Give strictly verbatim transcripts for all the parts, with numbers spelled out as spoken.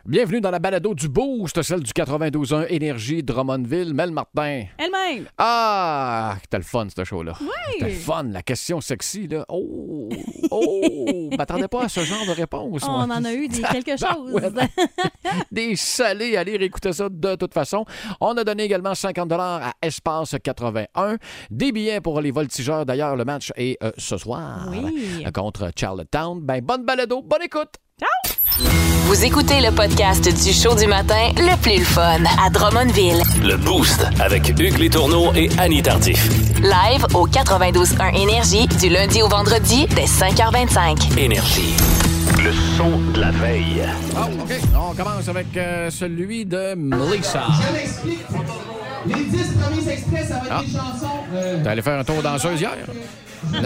Bienvenue dans la balado du Boost, celle du quatre-vingt-douze un Énergie Drummondville. Mel Martin. Elle-même. Ah, c'était le fun, ce show-là. Oui. C'était le fun, la question sexy, là. Oh, oh, je m'attendais pas à ce genre de réponse. Oh, on en a eu des quelque chose. Ouais, des salés, allez réécouter ça de toute façon. On a donné également cinquante dollars à Espace quatre-vingt-un. Des billets pour les voltigeurs. D'ailleurs, le match est euh, ce soir Oui. euh, contre Charlottetown. Ben, bonne balado, bonne écoute. Ciao! Vous écoutez le podcast du show du matin le plus le fun à Drummondville. Le Boost avec Hugues Létourneau et Annie Tardif. Live au quatre-vingt-douze un Énergie du lundi au vendredi dès cinq heures vingt-cinq. Énergie. Le son de la veille. Oh, OK. On commence avec euh, celui de Melissa. Je m'explique. Les dix premiers extraits, ça va être Ah. des chansons. Euh, T'es allé faire un tour danseuse hier? je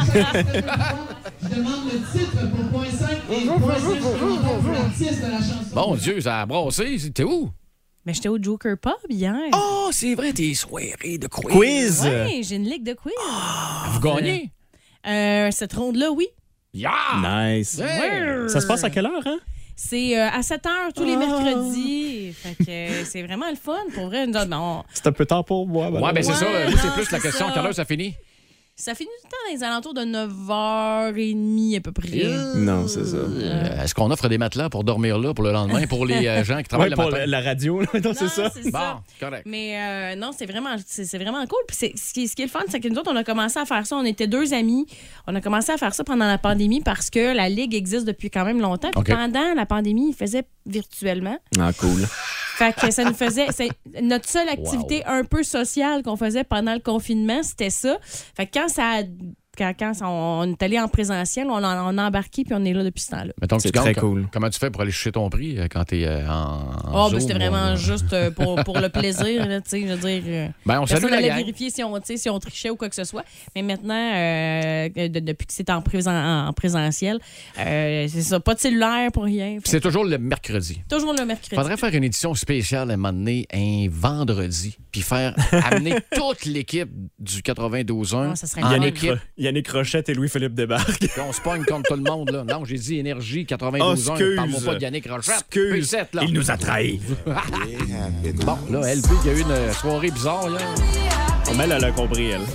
demande le titre pour point cinq et point cinq supplémentaire pour l'artiste de la chanson. Mon Dieu, ça a brassé. T'es où? Mais j'étais au Joker Pub hier. Oh, c'est vrai, tes soirées de quiz. Quiz! Ouais, j'ai une ligue de quiz. Vous gagnez? Euh, cette ronde-là, oui. Yeah! Nice. Hey! Ça se passe à quelle heure, hein? C'est euh, à sept heures tous les Oh. mercredis. Fait que euh, c'est vraiment le fun. Pour vrai, nous autres, ben, on- C'est un peu tard pour moi. Ouais, ben c'est Ouais, ça. Moi, non, c'est plus la c'est question. ça. Quelle heure ça finit? ça finit tout le temps dans les alentours de neuf heures trente à peu près. Non, c'est ça. Euh, Est-ce qu'on offre des matelas pour dormir là pour le lendemain pour les euh, gens qui travaillent Ouais, le pour matin? la, la radio, là. Non, c'est Non, ça. c'est ça. Bon, correct. Mais euh, non, c'est vraiment, c'est, c'est vraiment cool. Puis c'est, ce, qui, ce qui est le fun, c'est que nous autres, on a commencé à faire ça. On était deux amis. On a commencé à faire ça pendant la pandémie parce que la Ligue existe depuis quand même longtemps. Puis OK. pendant la pandémie, ils faisaient virtuellement. Ah, cool. Fait que ça nous faisait... C'est notre seule activité un peu sociale qu'on faisait pendant le confinement, c'était ça. Fait que quand ça... a- Quand, quand on est allé en présentiel, on a, on a embarqué puis on est là depuis ce temps-là. Mettons que C'est tu gagnes, très com- cool. Comment tu fais pour aller chercher ton prix euh, quand t'es euh, en, en Oh, ben Zoom c'était ou vraiment en- juste euh, pour, pour le plaisir, là, tu sais, je veux dire... euh, Ben, on salue Personne la n'allait gang. vérifier si on, tu sais, si on trichait ou quoi que ce soit. Mais maintenant, euh, de- depuis que c'est en, présen- en présentiel, euh, c'est ça, pas de cellulaire pour rien. Puis c'est toujours le mercredi. Toujours le mercredi. Faudrait faire une édition spéciale à un moment donné, un vendredi, puis faire amener toute l'équipe du quatre-vingt-douze un Ah, ça serait en le fun. équipe. Yannick Rochette et Louis-Philippe débarquent. Puis on se pogne contre tout le monde. Là. Non, j'ai dit Énergie quatre-vingt-douze un. Oh, excuse. Parle-moi pas de Yannick Rochette. Excuse. P sept, là. Il nous a trahis. Bon, là, L P, il y a eu une soirée bizarre hier. Mais elle, elle a compris, elle.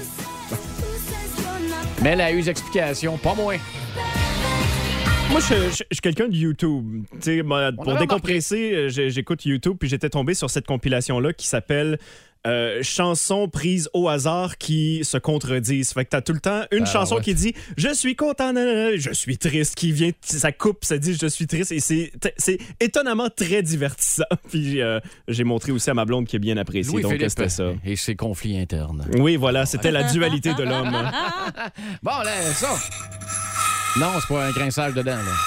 Mais elle a eu des explications, pas moins. Moi, je, je- je suis quelqu'un de YouTube. Tu sais, moi, pour avait décompresser, euh, j'ai- j'écoute YouTube, puis j'étais tombé sur cette compilation-là qui s'appelle euh, Chansons prises au hasard qui se contredisent. Fait que t'as tout le temps une Ah, chanson ouais. qui dit « Je suis content, nanana, je suis triste », qui vient, ça coupe, ça dit « Je suis triste », et c'est c'est étonnamment très divertissant. Puis euh, j'ai montré aussi à ma blonde qui a bien apprécié, donc Louis-Philippe c'était ça. et ses conflits internes. Oui, voilà, c'était la dualité de l'homme. Bon, là, ça. Non, c'est pas un grinçage dedans, là.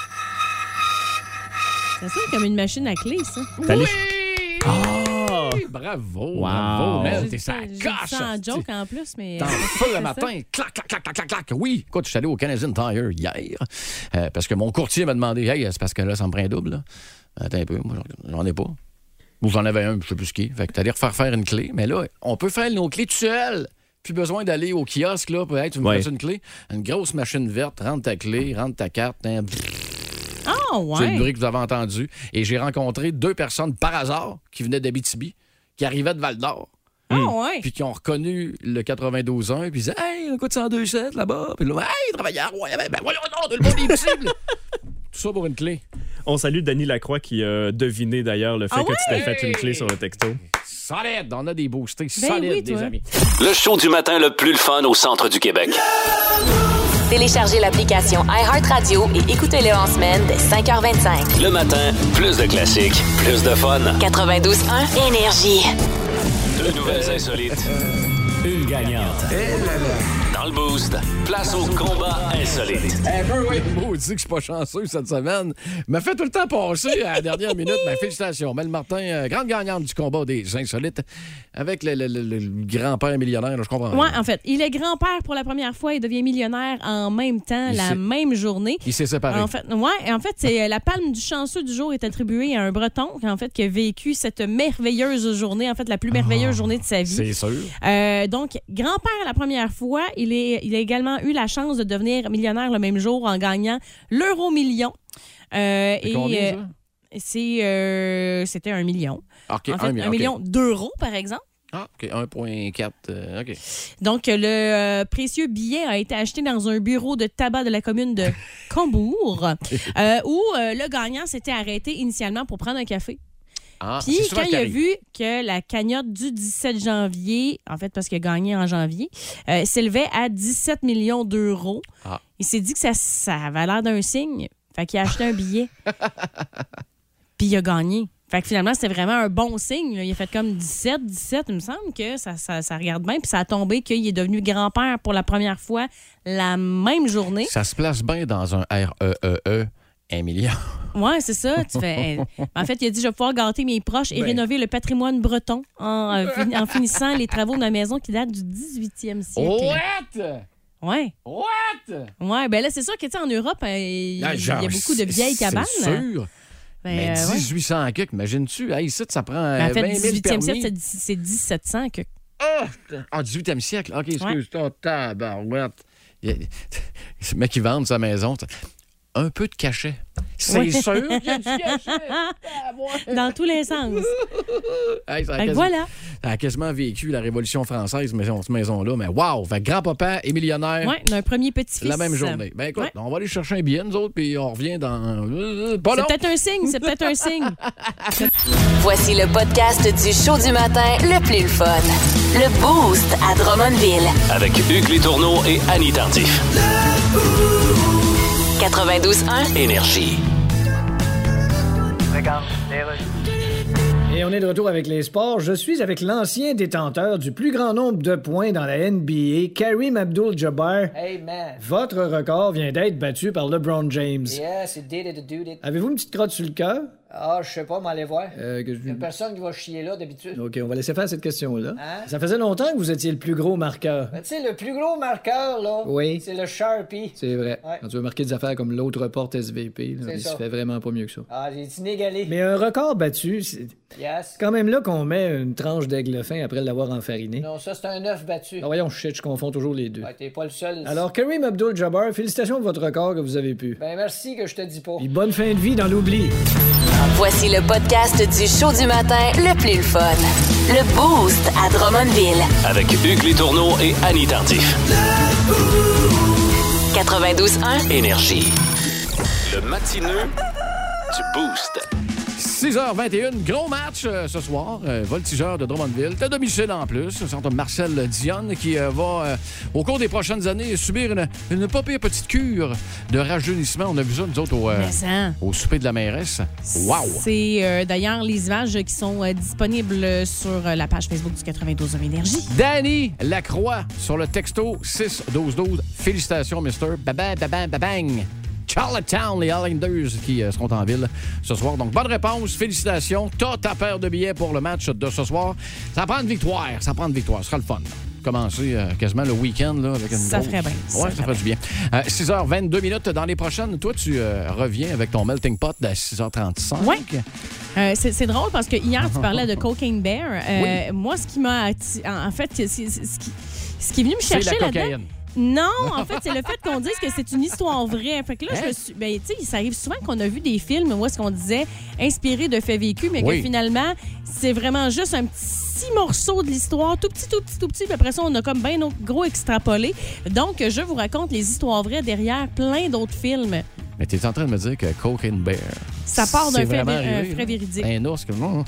Ça sonne comme une machine à clé, ça. T'as les- Ah! Bravo, Wow. bravo, Mel, J'ai t'es dit sa ça- j'ai dit coche. ça en joke en plus, mais... T'en euh, feu c'est le ça. matin. Clac, clac, clac, clac, clac, clac. Oui, écoute, je suis allé au Canadian Tire hier euh, parce que mon courtier m'a demandé « Hey, c'est parce que là, ça me prend un double, là. » Attends un peu, moi, j'en ai pas. Ou j'en avais un, je sais plus ce qui est. Fait que t'allais refaire faire une clé. Mais là, on peut faire nos clés tout seul. Plus besoin d'aller au kiosque, là, pour hey, tu me Ouais. fais une clé. Une grosse machine verte, rentre ta clé, rentre ta carte. Hein, Ah, c'est le ouais. bruit que vous avez entendu. Et j'ai rencontré deux personnes par hasard qui venaient d'Abitibi, qui arrivaient de Val-d'Or. Ah, ouais. Puis qui ont reconnu le quatre-vingt-douze un, puis ils disaient « Hey, on coûte cent deux sept là-bas. » Puis là, « Hey, travailleur, ouais, ben, ben voyons donc, tout le monde est possible. » Tout ça pour une clé. On salue Denis Lacroix qui a deviné d'ailleurs le fait Ah que tu t'es ouais? fait une clé sur le texto. Solide, on a des boostés Ben solides, oui, des toi. amis. Le show du matin le plus le fun au centre du Québec. Téléchargez l'application iHeartRadio et écoutez-le en semaine dès cinq heures vingt-cinq. Le matin, plus de classiques, plus de fun. quatre-vingt-douze un Énergie. Deux nouvelles insolites. Une gagnante. Dans le Boost, place au combat insolite. Un peu, oui. Maudit que je suis pas chanceux cette semaine. M'a fait tout le temps passer à la dernière minute. Mais félicitations. Mel Martin, euh, grande gagnante du combat des insolites avec le, le- le- le grand-père millionnaire, là, je comprends. Ouais, rien. en fait, il est grand-père pour la première fois et devient millionnaire en même temps, Il la s'est- même journée. Il s'est séparé. En fait, ouais, en fait, c'est euh, la palme du chanceux du jour est attribuée à un Breton, en fait, qui a vécu cette merveilleuse journée, en fait, la plus merveilleuse journée de sa vie. C'est sûr. Euh, donc, grand-père la première fois, il, est, il a également eu la chance de devenir millionnaire le même jour en gagnant l'euro million. Euh, C'est et combien, euh, ça? c'est, euh, c'était un million. OK, En fait, un million. un million d'euros, par exemple. Ah, OK, un virgule quatre. Euh, OK. Donc, le euh, précieux billet a été acheté dans un bureau de tabac de la commune de Combourg, euh, où euh, le gagnant s'était arrêté initialement pour prendre un café. Ah, Puis, c'est souvent quand ce qui il a arrive. vu que la cagnotte du dix-sept janvier, en fait, parce qu'il a gagné en janvier, euh, s'élevait à dix-sept millions d'euros, Ah. il s'est dit que ça, ça avait l'air d'un signe. Fait qu'il a acheté un billet. Puis, il a gagné. Fait que finalement, c'était vraiment un bon signe. Là. Il a fait comme dix-sept, dix-sept. Il me semble que ça, ça, ça regarde bien. Puis ça a tombé qu'il est devenu grand-père pour la première fois la même journée. Ça se place bien dans un R E E E, un million. Ouais, c'est ça. Tu fais... En fait, il a dit, je vais pouvoir gâter mes proches et Ben. rénover le patrimoine breton en, euh, fin- en finissant les travaux de ma maison qui date du dix-huitième siècle. What? Ouais. What? Ouais, ben là, c'est sûr que, tu sais, en Europe, euh, il Ah, il y genre, a beaucoup de vieilles c'est- cabanes. C'est sûr. Ben, Mais euh, ouais. dix-huit cents quelques, imagines-tu? Hey, ici, ça prend Ben, en fait, vingt mille dix-huitième permis. siècle, c'est- c'est dix-sept cents que. Ah, ah, dix-huitième siècle. OK, excuse-toi. Tabarouette. Il y a- Ce mec qui vend sa maison, t'as- un peu de cachet. C'est Ouais. sûr qu'il y a du cachet. Tabarouette. Dans tous les sens. Hey, ça, a Fait que quasi- voilà. ça a quasiment vécu la Révolution française, maison, cette maison-là. Mais wow! Fait que grand-papa est millionnaire. Ouais, d'un premier petit-fils. La même journée. Ben écoute, Ouais. on va aller chercher un billet, nous autres, puis on revient dans. euh, Pas long. C'est peut-être un signe, c'est peut-être un signe. Voici le podcast du show du matin le plus le fun. Le Boost à Drummondville. Avec Hugues Létourneau et Annie Tardif. quatre-vingt-douze un Énergie. Et on est de retour avec les sports. Je suis avec l'ancien détenteur du plus grand nombre de points dans la N B A, Kareem Abdul-Jabbar. Hey, man. Votre record vient d'être battu par LeBron James. Yes, it did it, it did it. Avez-vous une petite crotte sur le cœur? Ah, je sais pas, m'aller voir. Euh, que je- Il y a personne qui va chier là, d'habitude. OK, on va laisser faire cette question-là. Hein? Ça faisait longtemps que vous étiez le plus gros marqueur. Ben, tu sais, le plus gros marqueur, là, Oui. c'est le Sharpie. C'est vrai. Ouais. Quand tu veux marquer des affaires comme l'autre porte S V P, là, C'est il ça. se fait vraiment pas mieux que ça. Ah, j'ai inégalé. Mais un record battu, c'est Yes. quand même là qu'on met une tranche d'aigle fin après l'avoir enfariné. Non, ça, c'est un œuf battu. Ah, voyons, shit, je confonds toujours les deux. Ouais, t'es pas le seul. Alors, Kareem Abdul-Jabbar, félicitations pour votre record que vous avez pu. Ben, merci que je te dis pas. Puis bonne fin de vie dans l'oubli. Voici le podcast du show du matin le plus le fun. Le Boost à Drummondville. Avec Hugues Létourneau et Annie Tardif. quatre-vingt-douze un Énergie. Le matineux du Boost. six heures vingt et une, gros match euh, ce soir. Euh, voltigeur de Drummondville. T'as domicile en plus. C'est Marcel Dionne qui euh, va, euh, au cours des prochaines années, subir une, une pas pire petite cure de rajeunissement. On a vu ça, nous autres, au, euh, Mais ça. au souper de la mairesse. Wow! C'est euh, d'ailleurs les images qui sont euh, disponibles sur euh, la page Facebook du quatre-vingt-douze Énergie. Danny Lacroix sur le texto six douze douze. Félicitations, mister. Babang, babang, babang. Charlottetown, les Islanders qui euh, seront en ville ce soir. Donc, bonne réponse. Félicitations. T'as ta paire de billets pour le match de ce soir. Ça prend une victoire. Ça prend une victoire. Ce sera le fun. Commencer euh, quasiment le week-end là, avec une Ça grosse- ferait bien. Ouais, ça, Ça ferait du bien. Euh, six heures vingt-deux minutes dans les prochaines. Toi, tu euh, reviens avec ton melting pot de six heures trente-cinq. Oui. Euh, c'est, c'est drôle parce que hier, tu parlais de Cocaine Bear. Euh, Moi, ce qui m'a... atti- En en fait, c'est, c'est- ce, qui, ce qui est venu me C'est chercher la là-dedans... cocaïne. Non, en fait, c'est le fait qu'on dise que c'est une histoire vraie. Fait que là, Hein? je me suis. Ben, tu sais, ça arrive souvent qu'on a vu des films où est-ce qu'on disait inspiré de faits vécus, mais Oui. que finalement, c'est vraiment juste un petit morceau de l'histoire, tout petit, tout petit, tout petit. Puis après ça, on a comme bien gros extrapolé. Donc, je vous raconte les histoires vraies derrière plein d'autres films. Mais t'es en train de me dire que Cocaine Bear. Ça part d'un c'est fait, vraiment vé- un arrivé, fait là? véridique. Un ours que. non.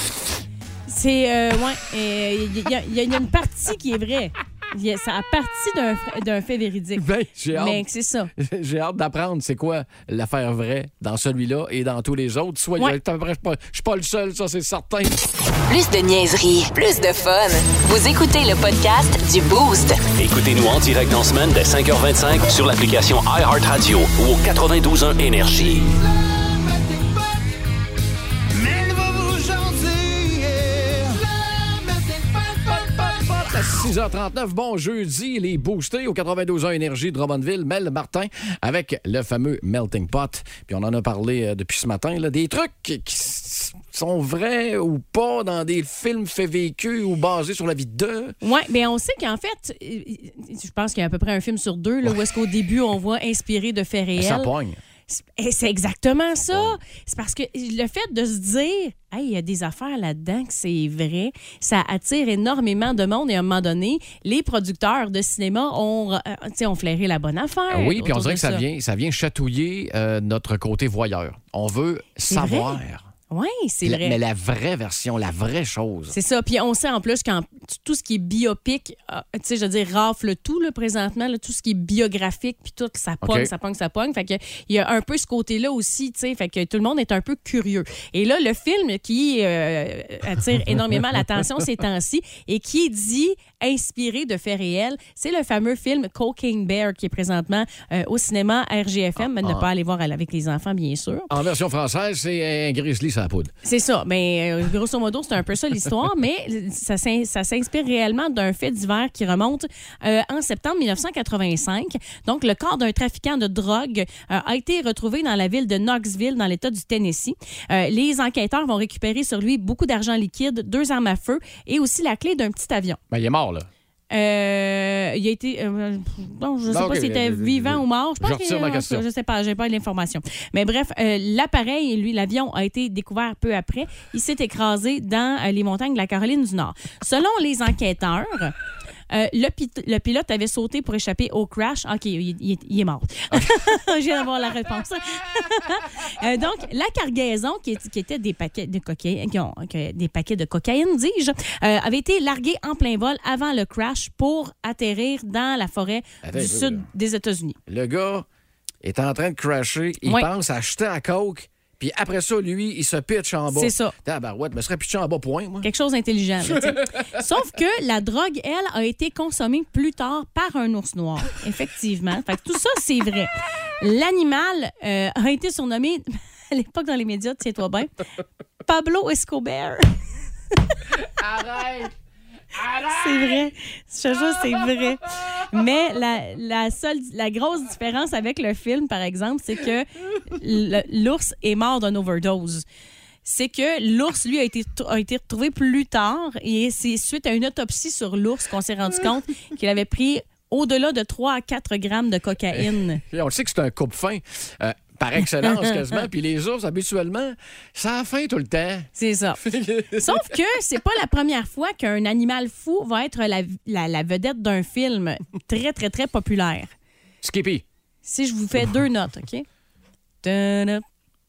C'est. Euh, ouais. Il y, a- y a- y a une partie qui est vraie. Y a- ça a parti d'un, fra- d'un fait véridique. Ben, j'ai hâte. Mais c'est ça. J'ai hâte d'apprendre c'est quoi l'affaire vraie dans celui-là et dans tous les autres. Soit Ouais. je suis pas, je suis pas le seul, ça c'est certain. Plus de niaiserie, plus de fun. Vous écoutez le podcast du Boost. Écoutez-nous en direct en semaine dès cinq heures vingt-cinq sur l'application iHeartRadio ou au quatre-vingt-douze un Énergie. six heures trente-neuf, bon jeudi, les boostés au quatre-vingt-douze un Énergie de Drummondville, Mel Martin, avec le fameux Melting Pot. Puis on en a parlé euh, depuis ce matin, là, des trucs qui s- sont vrais ou pas dans des films faits vécus ou basés sur la vie d'eux. Oui, bien on sait qu'en fait, euh, je pense qu'il y a à peu près un film sur deux là, où est-ce qu'au début, on voit inspiré de faits réels. Ça pogne. Et c'est exactement ça. C'est parce que le fait de se dire, hey, il y a des affaires là-dedans que c'est vrai, ça attire énormément de monde et à un moment donné, les producteurs de cinéma ont, euh, ont flairé la bonne affaire. Ah oui, puis on autour dirait de que ça vient, ça vient chatouiller euh, notre côté voyeur. On veut C'est savoir. vrai. Oui, c'est La- vrai. Mais la vraie version, la vraie chose. C'est ça. Puis on sait en plus quand tout ce qui est biopic, euh, tu sais, je veux dire, rafle tout là, présentement, là, tout ce qui est biographique, puis tout, ça pogne, OK. ça pogne, ça pogne. Fait que il y a un peu ce côté-là aussi, tu sais, fait que tout le monde est un peu curieux. Et là, le film qui euh, attire énormément l'attention ces temps-ci et qui est dit inspiré de faits réels, c'est le fameux film Cocaine Bear qui est présentement euh, au cinéma R G F M, mais ne pas aller voir avec les enfants, bien sûr. En version française, c'est un grizzly sur la poudre. C'est ça. Mais euh, grosso modo, c'est un peu ça l'histoire, mais ça, s'in- ça s'inspire réellement d'un fait divers qui remonte euh, en septembre mille neuf cent quatre-vingt-cinq. Donc, le corps d'un trafiquant de drogue euh, a été retrouvé dans la ville de Knoxville, dans l'État du Tennessee. Euh, les enquêteurs vont récupérer sur lui beaucoup d'argent liquide, deux armes à feu et aussi la clé d'un petit avion. Ben, il est mort, là. Euh, il a été. Euh, bon, je ne sais Non, pas ok, s'il était je- je- vivant je- ou mort. Je pense je retire qu'il- ma en tout cas, question. Je sais pas, j'ai pas l'information. Mais bref, euh, l'appareil, lui, l'avion a été découvert peu après. Il s'est écrasé dans euh, les montagnes de la Caroline du Nord. Selon les enquêteurs, euh, le, pi- le pilote avait sauté pour échapper au crash. OK, il, il est- il est mort. Je viens d'avoir la réponse. Euh, donc, la cargaison, qui, est- qui était des paquets de cocaïne, qui ont- que- des paquets de cocaïne, dis-je, euh, avait été larguée en plein vol avant le crash pour atterrir dans la forêt Attends du un peu, sud là. des États-Unis. Le gars est en train de crasher. Il Oui. pense à jeter à coke. Puis après ça, lui, il se pitch en bas. C'est ça. Tabarouette, me serait pitché en bas, point, moi. Quelque chose d'intelligent. là, tu sais. Sauf que la drogue, elle, a été consommée plus tard par un ours noir. Effectivement. Fait que tout ça, c'est vrai. L'animal euh, a été surnommé, à l'époque dans les médias, tiens-toi bien, Pablo Escobar. Arrête! C'est vrai. Je te jure, c'est vrai. Mais la, la seule, la grosse différence avec le film, par exemple, c'est que le- l'ours est mort d'une overdose. C'est que l'ours, lui, a été, a été retrouvé plus tard et c'est suite à une autopsie sur l'ours qu'on s'est rendu compte qu'il avait pris au-delà de trois à quatre grammes de cocaïne. Puis on le sait que c'est un coupe-fin. Euh, par excellence, quasiment. Puis les ours, habituellement, ça a faim tout le temps. C'est ça. Sauf que c'est pas la première fois qu'un animal fou va être la, la, la vedette d'un film très, très, très populaire. Skippy. Si je vous fais deux notes, OK? Ta-da, Ah,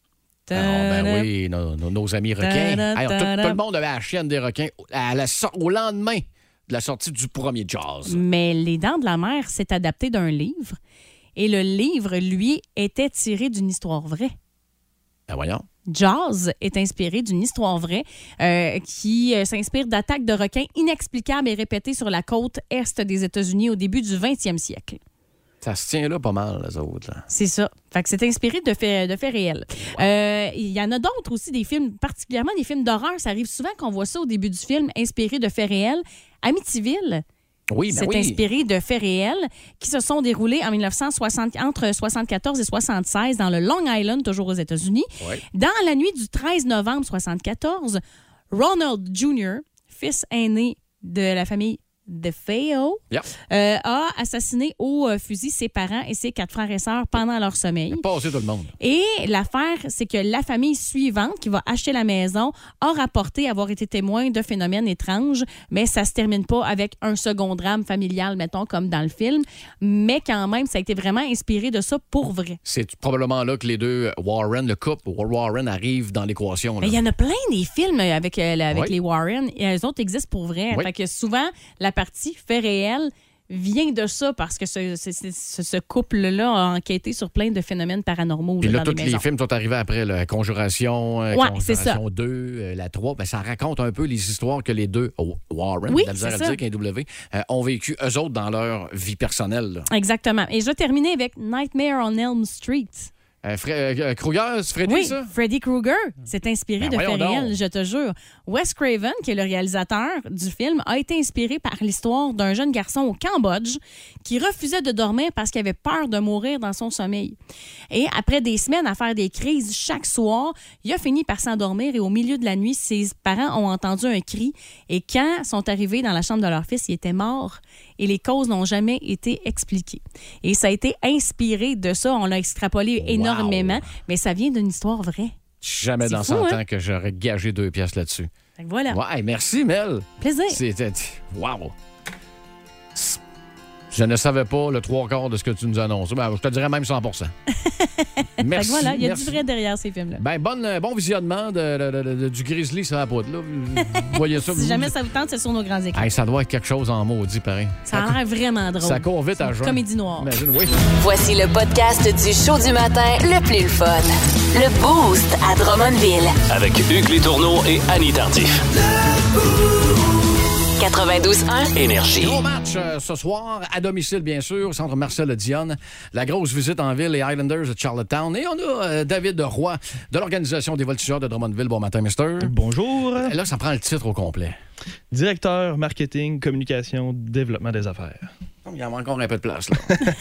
ben ta-da. oui, nos, nos- nos amis requins. Ta-da, Hey, tout, ta-da. tout le monde avait la chienne des requins à la sor- au lendemain de la sortie du premier Jaws. Mais Les Dents de la Mer s'est adapté d'un livre. Et le livre, lui, était tiré d'une histoire vraie. Ben voyons. Jaws est inspiré d'une histoire vraie euh, qui euh, s'inspire d'attaques de requins inexplicables et répétées sur la côte est des États-Unis au début du vingtième siècle. Ça se tient là pas mal, les autres. là. C'est ça. Fait que c'est inspiré de faits, de faits réels. Euh, Il y en a d'autres aussi, des films, particulièrement des films d'horreur. Ça arrive souvent qu'on voit ça au début du film, inspiré de faits réels. Amityville, Oui, ben c'est oui. inspiré de faits réels qui se sont déroulés en mille neuf cent soixante, entre soixante-quatorze et soixante-seize dans le Long Island, toujours aux États-Unis. Oui. Dans la nuit du treize novembre soixante-quatorze, Ronald junior, fils aîné de la famille DeFeo, Yep. euh, a assassiné au euh, fusil ses parents et ses quatre frères et sœurs pendant leur sommeil. Passez tout le monde. Et l'affaire, c'est que la famille suivante qui va acheter la maison a rapporté avoir été témoin de phénomènes étranges, mais ça se termine pas avec un second drame familial, mettons, comme dans le film. Mais quand même, ça a été vraiment inspiré de ça pour vrai. C'est probablement là que les deux Warren, le couple Warren, arrivent dans l'équation. là. Mais il y en a plein des films avec, euh, avec Oui. les Warren. Et eux autres existent pour vrai. Oui. Fait que souvent, la partie fait réel vient de ça parce que ce, ce- ce- ce couple-là a enquêté sur plein de phénomènes paranormaux Puis là, là, dans tous les les maisons. films sont arrivés après, la Conjuration, euh, Ouais, c'est Conjuration deux, euh, la trois. Ben, ça raconte un peu les histoires que les deux oh, Warren, Oui, de la misère c'est à ça. le dire qu'un W, euh, ont vécu eux autres dans leur vie personnelle. là. Exactement. Et je vais terminer avec Nightmare on Elm Street. Euh, Fre- euh, Krueger, c'est Freddy, Oui, ça? Freddy Krueger, c'est inspiré Ben de faits voyons donc. réels, je te jure. Wes Craven, qui est le réalisateur du film, a été inspiré par l'histoire d'un jeune garçon au Cambodge qui refusait de dormir parce qu'il avait peur de mourir dans son sommeil. Et après des semaines à faire des crises chaque soir, il a fini par s'endormir et au milieu de la nuit, ses parents ont entendu un cri et quand sont arrivés dans la chambre de leur fils, il était mort et les causes n'ont jamais été expliquées. Et ça a été inspiré de ça. On l'a extrapolé énormément, wow. mais ça vient d'une histoire vraie. Jamais C'est dans fou, cent hein? ans que j'aurais gagé deux pièces là-dessus. Fait que voilà. Ouais, merci, Mel. Plaisir. C'était... Wow. Je ne savais pas le trois quarts de ce que tu nous annonces. Ben, je te dirais même cent pour cent. Merci. Fait que voilà, il y a merci. du vrai derrière ces films-là. Ben, bonne, bon visionnement de, de, de, de, du Grizzly sur la poudre. Là. Vous voyez ça? Si vous... jamais ça vous tente, c'est sur nos grands écrans. Hey, ça doit être quelque chose en maudit, pareil. Ça a l'air vraiment drôle. Ça court vite à jouer. Comédie noire. Imagine, oui. Voici le podcast du show du matin le plus le fun. Le Boost à Drummondville. Avec Hugues Létourneau et Annie Tardif. quatre-vingt-douze un Énergie. Gros match euh, ce soir, à domicile, bien sûr, au centre Marcel Dionne. La grosse visite en ville, les Highlanders de Charlottetown. Et on a euh, David Roy de l'Organisation des Voltigeurs de Drummondville. Bon matin, mister. Bonjour. Là, ça prend le titre au complet. Directeur marketing, communication, développement des affaires. Il y en a encore un peu de place, là.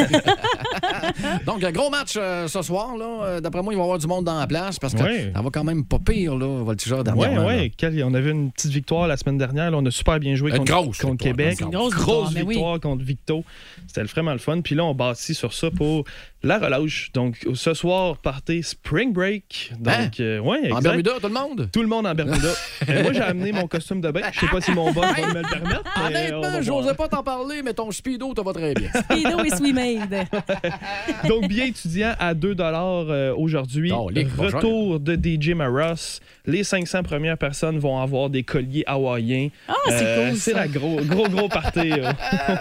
Donc, gros match euh, ce soir, là. D'après moi, il va y avoir du monde dans la place parce que ouais. ça va quand même pas pire, là, Voltigeurs Oui, dernièrement. oui. Quel... On avait une petite victoire la semaine dernière. Là, on a super bien joué Une contre, grosse contre victoire, Québec. une grosse grosse victoire, victoire oui. contre Victo. C'était vraiment le fun. Puis là, on bâtit sur ça pour la relâche. Donc, ce soir, partez Spring Break. Donc, hein? euh, ouais, exact. En Bermuda, tout le monde? Tout le monde en Bermuda. euh, moi, j'ai amené mon costume de bain. Je sais pas si mon boss va me le permettre. mais on va Honnêtement, voir. j'osais pas t'en parler, mais ton speedo te va très bien. Speedo et Sweet Maid. Donc, billet étudiant à deux dollars euh, aujourd'hui. Oh, les Retour de D J Maros. Les cinq cents premières personnes vont avoir des colliers hawaïens. Ah, c'est cool, C'est ça. la gros, gros, gros party euh,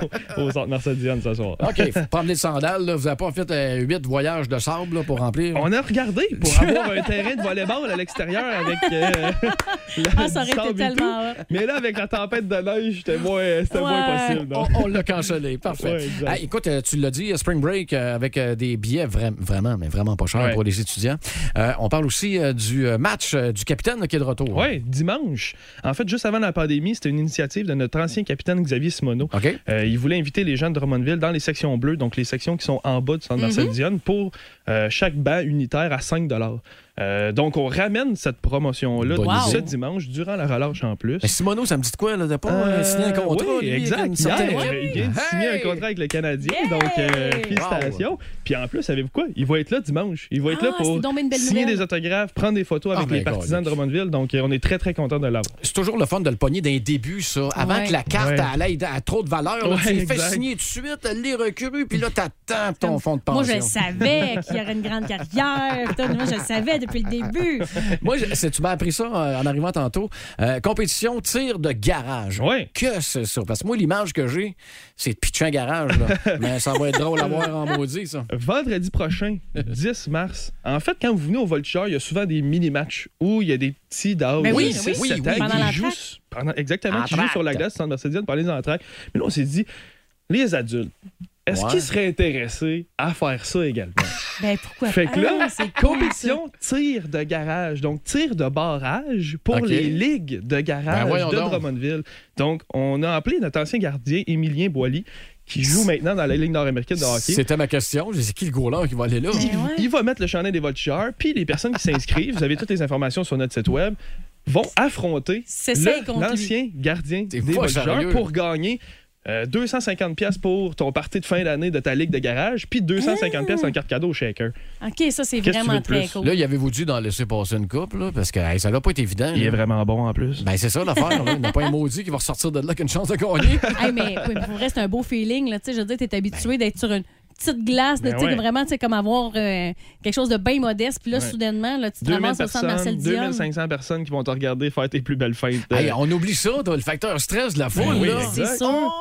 au centre Marcel Dionne ce soir. OK, faut pas amener de sandales. Là. Vous n'avez pas fait euh, huit voyages de sable là, pour remplir? On a regardé pour avoir un terrain de volleyball à l'extérieur avec euh, la, Ah, ça aurait du sable été et tout. tellement hot. Mais là, avec la tempête de neige, c'était moins, c'était moins Ouais. possible. non? On, on l'a cancellé. Parfait. Ouais, exact. Hey, écoute, euh, tu l'as dit, Spring Break euh, avec euh, des billets vra- vraiment, mais vraiment pas chers Ouais. pour les étudiants. Euh, on parle aussi euh, du euh, match euh, du capitaine là, qui est de retour. Oui, dimanche. En fait, juste avant la pandémie, c'était une initiative de notre ancien capitaine Xavier Simoneau. OK. Euh, il voulait inviter les gens de Drummondville dans les sections bleues, donc les sections qui sont en bas du centre Marcel Dionne, pour euh, chaque banc unitaire à cinq dollars. Euh, donc, on ramène cette promotion-là Bonne ce idée. dimanche, durant la relâche en plus. Mais Simoneau, ça me dit de quoi? Là, de pas euh, Euh, signer un contrat? oui, lui, avec exact. une Hier, certaine euh, équipe? il vient de signer Hey! un contrat avec le Canadien. Yeah! Donc, euh, félicitations. Puis en plus, savez-vous quoi? Il va être là dimanche. Il va être là Ah, pour c'est donc bien une belle signer nouvelle. des autographes, prendre des photos avec Ah, ben, les partisans God. de Drummondville. Donc, euh, on est très, très contents de l'avoir. C'est toujours le fun de le pogner d'un début, ça. Avant Ouais. que la carte Ouais. elle aille à trop de valeur, là, Ouais, tu les fais exact. signer tout de suite, elle les recrue, puis là, t'attends ton fonds de pension. Moi, je le savais qu'il y aurait une grande carrière. Putain, moi, je le savais depuis le début. Moi, je- c'est- tu m'as appris ça euh, en arrivant tantôt. Euh, compétition tir de garage. Ouais. Que c'est ça? Parce que moi, l'image que j'ai, c'est de pitcher un garage. Là. Mais ça va être drôle à voir en maudit, ça. Vendredi prochain, dix mars. En fait, quand vous venez au Voltigeur, il y a souvent des mini-matchs où il y a des petits d'âge Ben oui, de oui, six, oui, sept oui. ans Pendant qui la jouent track. s- pendant- exactement, En qui jouent sur la track. glace centre Mercedes par les entraques. Mais là, on s'est dit, les adultes, est-ce Ouais. qu'ils seraient intéressés à faire ça également? Ben, pourquoi Fait que là, Ah, c'est cool, compétition tir de garage, donc tir de barrage pour OK. les ligues de Ben garage voyons de donc. Drummondville. Donc, on a appelé notre ancien gardien, Émilien Boily, qui joue maintenant dans la Ligue nord-américaine de hockey. C'était ma question. C'est qui le gros là qui va aller là? Ben ouais. Il va mettre le chandail des Voltigeurs, puis les personnes qui s'inscrivent, vous avez toutes les informations sur notre site web, vont affronter C'est ça, le- contre lui. l'ancien gardien T'es des pas Voltigeurs sérieux. pour gagner euh, deux cent cinquante dollars pour ton party de fin d'année de ta ligue de garage, puis deux cent cinquante dollars en carte cadeau au shaker. OK, ça, c'est Qu'est-ce que tu vraiment veux de très plus? cool. Là, y avez-vous dû d'en laisser passer une coupe, là? Parce que hey, ça n'a pas été évident. Il là. est vraiment bon en plus. Ben, c'est ça l'affaire. là. Il n'y a pas un maudit qui va ressortir de là qui a une chance de gagner. Hey, mais oui, mais pour vrai, c'est un beau feeling. Là. Tu sais, je veux dire, tu es habitué d'être sur une petite glace, de, Ben tu sais, ouais. vraiment tu sais, comme avoir euh, quelque chose de bien modeste. Puis là, Ouais. soudainement, là, tu te deux mille ramasses au centre Marcel personnes, deux Dionne. mille cinq cents personnes qui vont te regarder faire tes plus belles fêtes. Hey, on oublie ça, t'as le facteur stress de la foule. oui, là. C'est exact. sûr.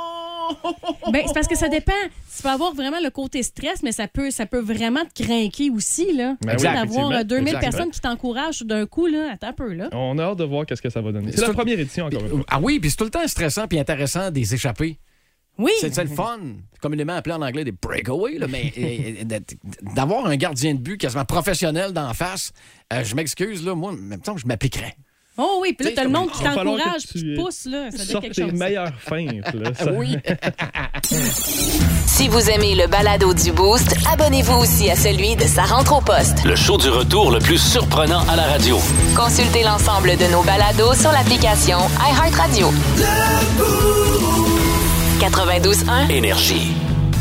Ben, c'est parce que ça dépend. Tu peux avoir vraiment le côté stress, mais ça peut, ça peut vraiment te craquer aussi. Là. Ben Tu sais, oui, d'avoir effectivement. euh, deux mille Exact. personnes qui t'encouragent d'un coup, là. Attends un peu, là. On a hâte de voir qu'est-ce que ça va donner. C'est C'est la tout- première édition, encore une fois. Ah oui, puis c'est tout le temps stressant puis intéressant des échappées. Oui. C'est c'est le fun, communément appelé en anglais des breakaways, là, mais euh, euh, d'avoir un gardien de but quasiment professionnel d'en face, euh, je m'excuse, là, moi, en même temps, je m'appliquerais. Oh oui, puis là, Tu sais, t'as le comme- monde qui il va falloir t'encourage, que puis tu- qui te pousse, là. Ça doit Sors être tes quelque chose. meilleures feintes. Là, ça- Oui. Si vous aimez le balado du Boost, abonnez-vous aussi à celui de Sa rentre au poste. Le show du retour le plus surprenant à la radio. Consultez l'ensemble de nos balados sur l'application iHeartRadio. quatre-vingt-douze un Énergie.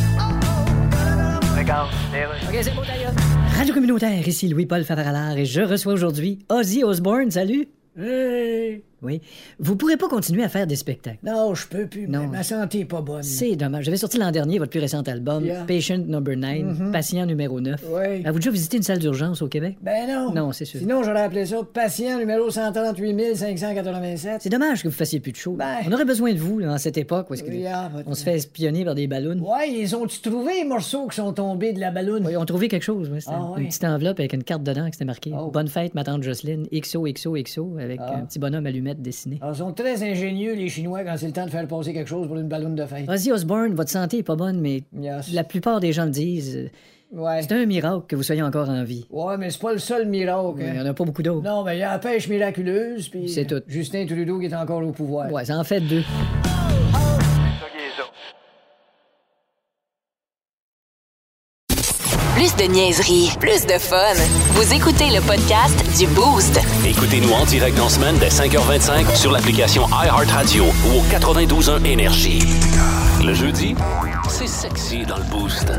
OK, c'est bon, d'ailleurs. Radio communautaire, ici Louis-Paul Favaralard et je reçois aujourd'hui Ozzy Osbourne. Salut. Hey. Oui. Vous pourrez pas continuer à faire des spectacles. Non, je peux plus. Non. Ma santé est pas bonne. C'est dommage. J'avais sorti l'an dernier votre plus récent album, Yeah. Patient Number neuf, Mm-hmm. Patient numéro neuf. Oui. Avez-vous déjà visité une salle d'urgence au Québec? Ben non. Non, c'est sûr. Sinon, j'aurais appelé ça patient numéro cent trente-huit cinq cent quatre-vingt-sept. C'est dommage que vous fassiez plus de show. Ben. On aurait besoin de vous là, en cette époque où est-ce que Yeah, on se fait espionner par des ballons. Ouais, ils ont-tu trouvé les morceaux qui sont tombés de la balloune? Oui, on a trouvé quelque chose. Oui. C'était Ah, une ouais. petite enveloppe avec une carte dedans qui c'était marqué Oh. Bonne fête, ma tante Jocelyne, X O X O X O, avec Ah. un petit bonhomme allumette dessiné. Alors, ils sont très ingénieux, les Chinois, quand c'est le temps de faire passer quelque chose pour une balloune de fête. Ozzy Osbourne, votre santé est pas bonne, mais Yes. la plupart des gens le disent. euh, Ouais. C'est un miracle que vous soyez encore en vie. Ouais, mais c'est pas le seul miracle. Il n'y hein. en a pas beaucoup d'autres. Non, mais il y a la pêche miraculeuse, puis C'est tout. Justin Trudeau qui est encore au pouvoir. Ouais, ça en fait deux. Plus de niaiserie, plus de fun. Vous écoutez le podcast du Boost. Écoutez-nous en direct en semaine dès cinq heures vingt-cinq sur l'application iHeartRadio ou au quatre-vingt-douze un Énergie. Le jeudi, c'est sexy dans le Boost.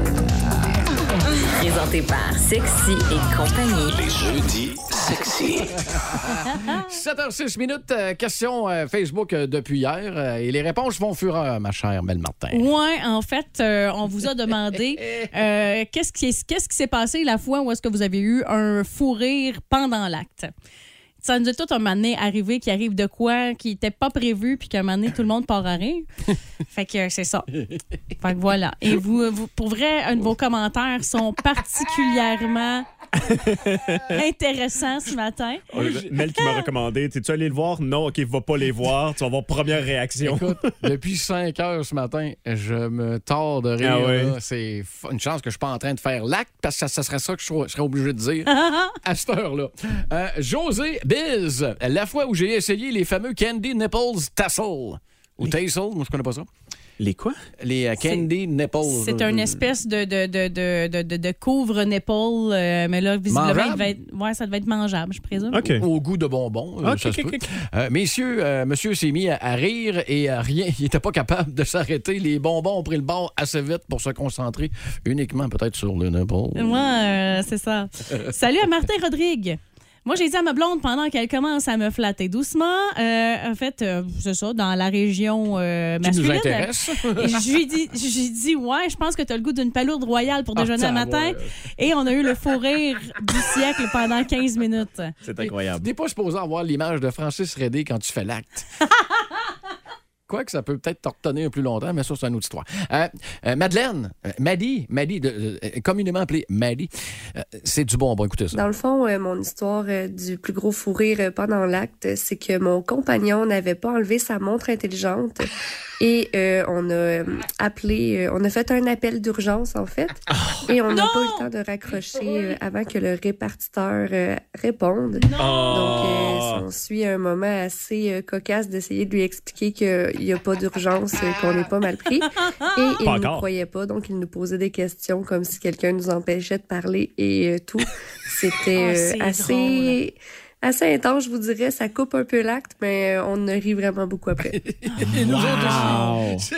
Présenté par Sexy et compagnie. Les jeudis sexy. sept heures six minutes, euh, question euh, Facebook euh, depuis hier. euh, et les réponses vont fureur, ma chère Mel Martin. Ouais, en fait, euh, on vous a demandé euh, qu'est-ce qui est- qu'est-ce qui s'est passé la fois où est-ce que vous avez eu un fou rire pendant l'acte. Ça nous est tout un moment donné arrivé qui arrive de quoi qui n'était pas prévu puis qu'un moment donné, tout le monde part à rire. Fait que euh, c'est ça. Fait que voilà. Et vous, vous pour vrai, un de vos commentaires sont particulièrement intéressants ce matin. Oh, Mel qui m'a recommandé. T'es-tu allé le voir? Non, OK, va pas les voir. Tu vas avoir première réaction. Écoute, depuis cinq heures ce matin, je me tords de rire. Ah ouais? là. C'est f- une chance que je suis pas en train de faire l'acte parce que ça, ça serait ça que je serais- je serais obligé de dire à cette heure-là. Euh, José Biz, la fois où j'ai essayé les fameux Candy Nipples Tassel. Ou Tassel, moi je connais pas ça. Les quoi? Les euh, Candy Nipples. C'est une espèce de, de, de, de, de, de, de couvre-nipple, euh, mais là, visiblement, Mangeable? il devait être, ouais, ça devait être mangeable, je présume. OK. Au, au goût de bonbons. euh, Ok, ça se ok, peut. ok. Euh, messieurs, euh, monsieur s'est mis à, à rire et à rien. Il n'était pas capable de s'arrêter. Les bonbons ont pris le bord assez vite pour se concentrer uniquement peut-être sur le nipple. Ouais, euh, c'est ça. Salut à Martin Rodrigue. Moi, j'ai dit à ma blonde pendant qu'elle commence à me flatter doucement, euh, en fait, euh, c'est ça, dans la région euh, Qui nous masculine. intéresse. Et je lui ai dit, j'ai dit, ouais, je pense que tu as le goût d'une palourde royale pour Ah, déjeuner à ça, matin. ouais. Et on a eu le fou rire du siècle pendant quinze minutes. C'est incroyable. Tu n'es pas supposé avoir l'image de Francis Redé quand tu fais l'acte. Quoique ça peut peut-être te retenir plus longtemps, mais ça, c'est une autre histoire. Euh, euh, Madeleine, euh, Maddy, Maddy de- euh, communément appelée Maddy, euh, c'est du bonbon. Écoutez ça. Dans le fond, euh, mon histoire euh, du plus gros fou rire euh, pendant l'acte, euh, c'est que mon compagnon n'avait pas enlevé sa montre intelligente et euh, on a euh, appelé, euh, on a fait un appel d'urgence en fait et on n'a pas eu le temps de raccrocher euh, avant que le répartiteur euh, réponde. Donc, euh, on suit un moment assez euh, cocasse d'essayer de lui expliquer qu'il n'y a pas d'urgence, euh, qu'on n'est pas mal pris. Et il Pas ne nous encore. croyait pas, donc il nous posait des questions comme si quelqu'un nous empêchait de parler et euh, tout. C'était Ah, euh, c'est assez... Assez intense, je vous dirais. Ça coupe un peu l'acte, mais euh, on a ri vraiment beaucoup après. Et nous autres aussi.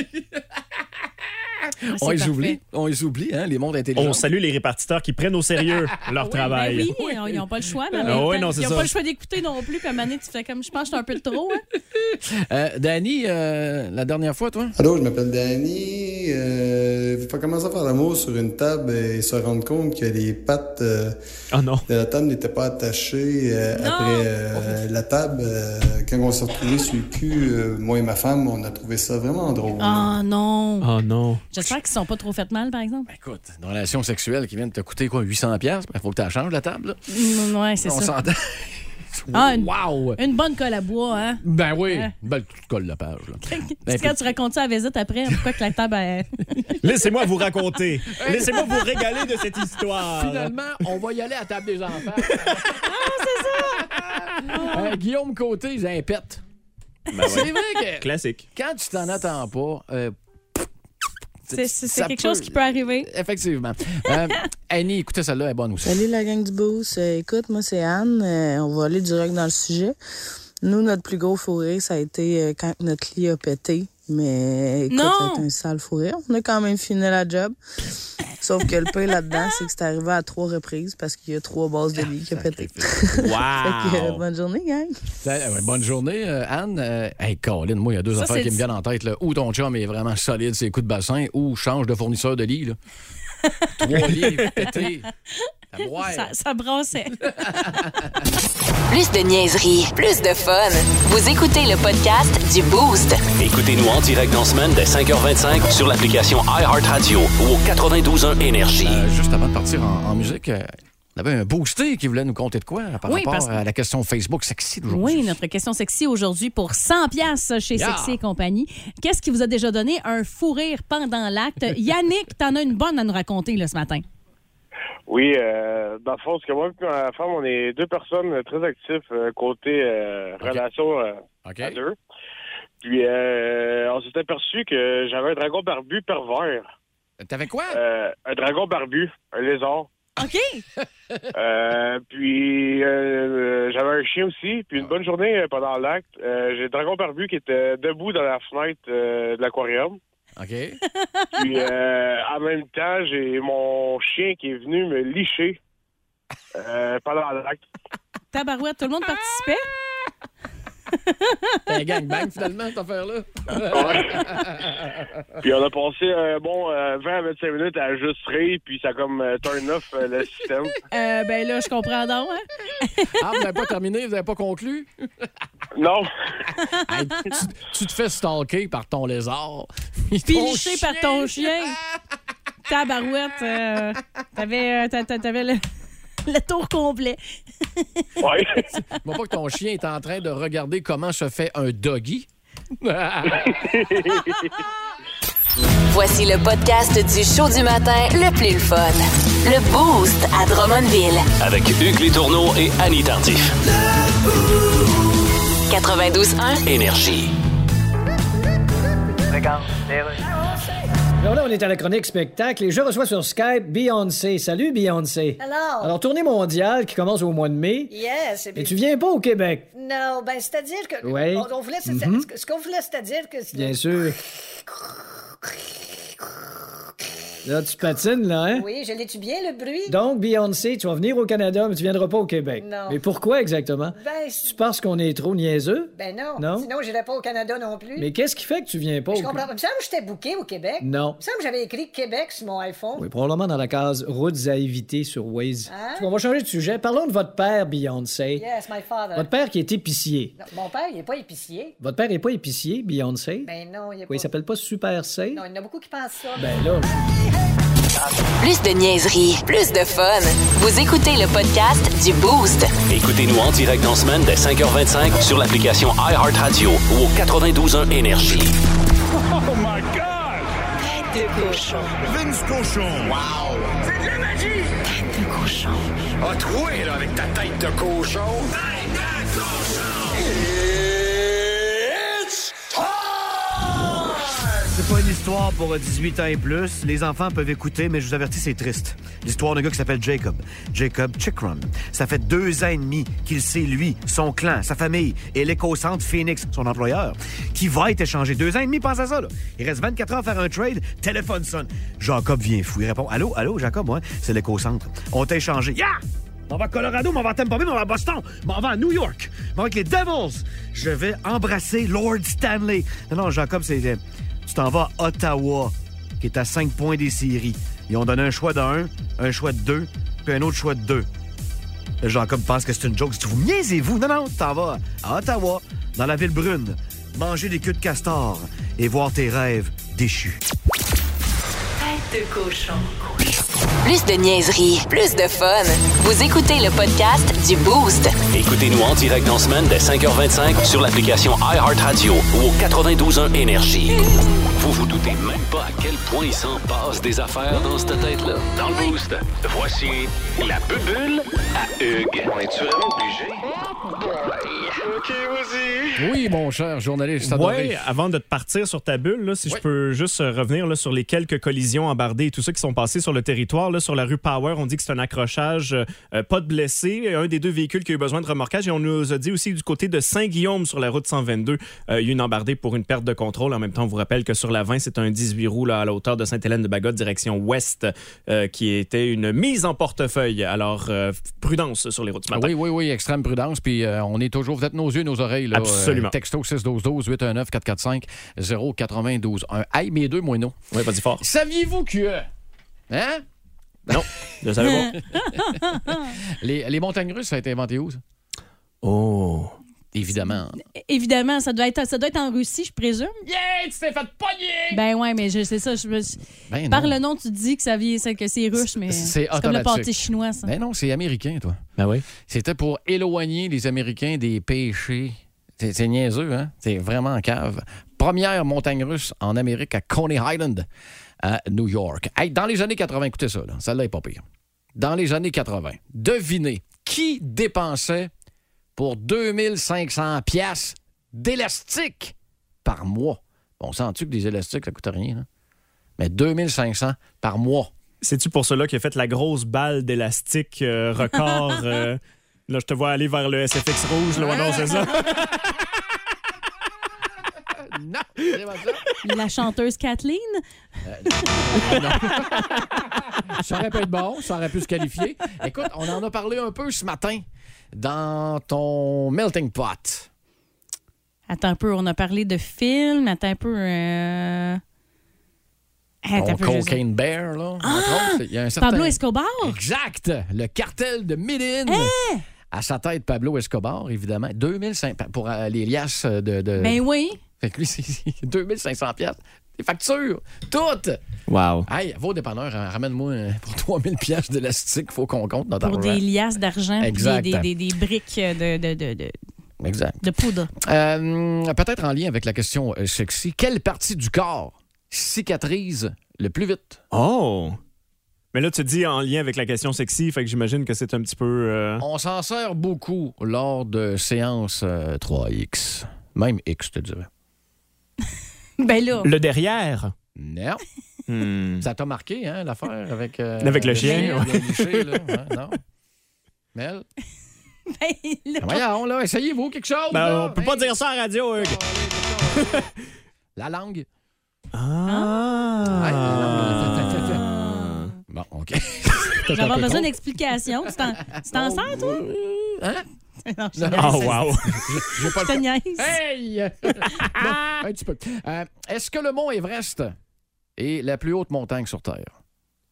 On les parfait. oublie. On les oublie, hein, les mondes intelligents. On salue les répartiteurs qui prennent au sérieux leur Oui, travail. ben oui, ils n'ont pas le choix, mais en Ah même oui, temps, non, c'est ils n'ont ça. pas le choix d'écouter non plus. Puis à un moment donné, tu fais comme, je pense que je suis un peu de trop. Hein? Euh, Danny, euh, la dernière fois, toi? Allô, je m'appelle Danny. Euh, il faut commencer à faire l'amour sur une table et se rendre compte que les pattes euh, Oh non. de la table n'étaient pas attachées euh, Non. après euh, la table. Euh, quand on s'est retrouvés sur le cul, euh, moi et ma femme, on a trouvé ça vraiment drôle. Ah non. Oh non. J'espère qu'ils ne sont pas trop fait mal, par exemple. Écoute, une relation sexuelle qui vient de te coûter quoi, huit cents dollars? Il faut que tu la changes, la table. Là. Mm, ouais, c'est On ça. s'entend. Ah, une- Wow! Une bonne colle à bois, hein? Ben oui, Hein? une belle petite colle la page. Là. C'est quand tu racontes ça à la visite après, pourquoi que la table elle- Laissez-moi vous raconter. Laissez-moi vous régaler de cette histoire. Finalement, on va y aller à la table des enfants. Ah, c'est ça! Euh, Guillaume Côté, il a un pet. Ben ouais. C'est vrai que Classique. quand tu t'en attends pas, euh, C'est c'est- c'est ça quelque peut- chose qui peut arriver. Effectivement. Euh, Annie, écoutez, celle-là elle est bonne aussi. Salut la gang du Boost. Euh, écoute, moi c'est Anne. Euh, on va aller direct dans le sujet. Nous, notre plus gros fou rire, ça a été euh, quand notre lit a pété. Mais écoute, Non! ça a été un sale fou rire. On a quand même fini la job. Sauf que le pire là-dedans, c'est que c'est arrivé à trois reprises parce qu'il y a trois bases de lit qui ont pété. Wow! Fait que, euh, bonne journée, gang. Euh, ouais, bonne journée, euh, Anne. Euh, hey, Colin, moi, il y a deux Ça, affaires c'est qui me viennent en tête. Là. Ou ton chum est vraiment solide, ses coups de bassin, ou change de fournisseur de lit. Là. Trois lits pétés. Ça, ça brassait. Plus de niaiserie, plus de fun. Vous écoutez le podcast du Boost. Écoutez-nous en direct dans la semaine dès cinq heures vingt-cinq sur l'application iHeartRadio ou au quatre-vingt-douze un Énergie. Euh, juste avant de partir en, en musique, euh, on avait un boosté qui voulait nous conter de quoi par Oui, rapport parce que- à la question Facebook sexy d'aujourd'hui. Oui, notre question sexy aujourd'hui pour cent piastres chez Yeah. Sexy et compagnie. Qu'est-ce qui vous a déjà donné un fou rire pendant l'acte? Yannick, t'en as une bonne à nous raconter là, ce matin. Oui, euh, dans le fond, c'est que moi et ma femme, on est deux personnes très actives euh, côté euh, Okay. relation euh, OK. à deux. Puis, euh, on s'est aperçu que j'avais un dragon barbu pervers. T'avais quoi? Euh, un dragon barbu, un lézard. OK. Euh, puis, euh, j'avais un chien aussi. Puis, une bonne journée euh, pendant l'acte, euh, j'ai le dragon barbu qui était debout dans la fenêtre euh, de l'aquarium. OK. Puis, euh, en même temps, j'ai mon chien qui est venu me licher euh, pendant l'acte. Tabarouette, tout le monde participait? T'es un gangbang, finalement, cette affaire-là. Puis on a passé un bon euh, vingt à vingt-cinq minutes à juste rire, puis ça a comme euh, turn off euh, le système. Euh, ben là, je comprends donc. Hein? Ah, vous n'avez pas terminé? Vous n'avez pas conclu? Non. Hey, tu, tu te fais stalker par ton lézard. Puis liché par ton chien. Tabarouette, euh, t'avais, euh, t'a- t'a- t'avais le, le tour complet. Ouais. Vois pas que ton chien est en train de regarder comment se fait un doggy? Voici le podcast du show du matin le plus le fun. Le Boost à Drummondville. Avec Hugues Létourneau et Annie Tardif. quatre-vingt-douze un Énergie. Alors là, on est à la chronique spectacle et je reçois sur Skype Beyoncé. Salut Beyoncé. Alors? Alors, tournée mondiale qui commence au mois de mai. Yes. Et tu viens pas au Québec? Non, ben, c'est-à-dire que. Oui. On, on voulait. c'est- Mhm. Ce qu'on voulait, c'est-à-dire que. Bien sûr. Là, tu patines, là, hein? Oui, je l'ai-tu bien, le bruit? Donc, Beyoncé, tu vas venir au Canada, mais tu viendras pas au Québec. Non. Mais pourquoi exactement? Ben, Tu penses qu'on est trop niaiseux? ben non. Non? Sinon, j'irais pas au Canada non plus. Mais qu'est-ce qui fait que tu viens pas Je au comprends pas. Il me semble que j'étais booké au Québec. Non. Il me semble que j'avais écrit Québec sur mon iPhone. Oui, probablement dans la case routes à éviter sur Waze. Hein? On va changer de sujet. Parlons de votre père, Beyoncé. Yes, my father. Votre père qui est épicier. Non, mon père, il est pas épicier. Votre père est pas épicier, Beyoncé? Ben non, il est pas. Oui, il s'appelle pas Super C? Non, il y en a beaucoup qui pensent ça. Ben là, Plus de niaiserie, plus de fun. Vous écoutez le podcast du Boost. Écoutez-nous en direct dans la semaine dès cinq heures vingt-cinq sur l'application iHeartRadio ou au quatre-vingt-douze un Énergie. Oh my God! Tête de cochon. Vince cochon. Wow! C'est de la magie! Tête de cochon. A troué, là, avec ta tête de cochon. Tête de cochon! It's C'est pas une histoire pour dix-huit ans et plus. Les enfants peuvent écouter, mais je vous avertis, c'est triste. L'histoire d'un gars qui s'appelle Jacob. Jacob Chickrum. Ça fait deux ans et demi qu'il sait, lui, son clan, sa famille et l'éco-centre Phoenix, son employeur, qui va être échangé. Deux ans et demi, pense à ça, là. Il reste vingt-quatre heures à faire un trade. Téléphone sonne. Jacob vient fou. Il répond, « Allô, allô, Jacob, ouais, c'est l'éco-centre. On t'a échangé. Yeah! On va à Colorado, on va à Tampa Bay, on va à Boston, on va à New York, on va avec les Devils. Je vais embrasser Lord Stanley. » Non, non, Jacob, c'est... Tu t'en vas à Ottawa, qui est à cinq points des séries. Ils ont donné un choix de un, un choix de deux, puis un autre choix de deux. Là, Jacob pense que c'est une joke. Si vous niaisez-vous, non, non, tu t'en vas à Ottawa, dans la ville brune, manger des queues de castor et voir tes rêves déchus. Tête de cochon. Plus de niaiserie, plus de fun. Vous écoutez le podcast du Boost. Écoutez-nous en direct dans la semaine dès cinq heures vingt-cinq sur l'application iHeartRadio ou au quatre-vingt-douze un Énergie. Vous vous doutez même pas à quel point il s'en passe des affaires dans cette tête-là. Dans le Boost, voici la bubule à Hugues. On est-tu vraiment obligé? OK, vas-y. Oui, mon cher journaliste Ouais, adoré. avant de te partir sur ta bulle, là, si Oui. je peux juste euh, revenir là, sur les quelques collisions embardées et tout ça qui sont passées sur le territoire voir là, sur la rue Power. On dit que c'est un accrochage, euh, pas de blessés. Un des deux véhicules qui a eu besoin de remorquage. Et on nous a dit aussi du côté de Saint-Guillaume, sur la route cent vingt-deux, euh, il y a eu une embardée pour une perte de contrôle. En même temps, on vous rappelle que sur la vingt, c'est un dix-huit roues là, à la hauteur de Sainte-Hélène-de-Bagotte, direction ouest, euh, qui était une mise en portefeuille. Alors, euh, prudence sur les routes ce matin. Oui, oui, oui, extrême prudence. Puis euh, on est toujours, vous êtes nos yeux, nos oreilles. Là, Absolument. Euh, texto six un deux, huit un neuf, quatre quatre cinq, zéro neuf deux un. Hey, mes deux moineaux. Oui, vas-y fort. Saviez-vous que... Hein? Non, je ne savais pas. les, les montagnes russes, ça a été inventé où, ça? Oh... Évidemment. Évidemment, ça doit être, ça doit être en Russie, je présume. Yeah, tu t'es fait pogner! Ben ouais, mais je sais ça. Je, je, ben par le nom, tu te dis que ça vient, que c'est russe, mais c'est, c'est comme le pâté chinois, ça. Ben non, c'est américain, toi. Ben oui. C'était pour éloigner les Américains des péchés. C'est, c'est niaiseux, hein? C'est vraiment en cave. Première montagne russe en Amérique à Coney Island, à New York. Hey, dans les années quatre-vingt, écoutez ça, là, celle-là est pas pire. Dans les années quatre-vingt, devinez qui dépensait pour deux mille cinq cents piastres d'élastique par mois. On sent-tu que des élastiques, ça coûte rien, hein? Mais deux mille cinq cents par mois. C'est-tu pour cela qu'il a fait la grosse balle d'élastique euh, record? euh, là, je te vois aller vers le S F X rouge. Là, non, c'est ça? Non, c'est pas ça. La chanteuse Kathleen? Euh, non. Ça aurait pu être bon, ça aurait pu se qualifier. Écoute, on en a parlé un peu ce matin dans ton melting pot. Attends un peu, on a parlé de films. Attends un peu. Euh... Ton peu, Cocaine Bear, là. Ah! Autres, il y a un certain... Pablo Escobar? Exact! Le cartel de Medellín. Hey! À sa tête, Pablo Escobar, évidemment. deux mille cinq cents pour euh, les liasses de, de... Ben oui. Fait que lui, c'est deux mille cinq cents piastres. Des factures, toutes! Wow! Hey, va au dépanneur, ramène-moi pour trois mille piastres d'élastique, il faut qu'on compte notre pour argent. Des liasses d'argent, exact. Des, des, des, des briques de, de, de, de, exact. de poudre. Euh, peut-être en lien avec la question euh, sexy, quelle partie du corps cicatrise le plus vite? Oh! Mais là, tu dis en lien avec la question sexy, fait que j'imagine que c'est un petit peu... Euh... On s'en sert beaucoup lors de séances euh, trois X. Même X, je te dirais. Ben là. Le derrière? Non. Hmm. Ça t'a marqué, hein, l'affaire avec... Euh, avec le, le chien? chien ouais. liché, là. Hein, non? Mel? Ben là. Voyons, là, essayez-vous quelque chose. Ben, là. on peut hey. pas dire ça à la radio, Hugues. La langue. Ah! Ouais, la langue. Bon, OK. J'avais besoin d'explications. Tu t'en, tu t'en sers, toi? Hein? Non, je oh, wow! Je, j'ai pas te niaise. Hey! Bon, un petit peu. Euh, est-ce que le mont Everest est la plus haute montagne sur Terre?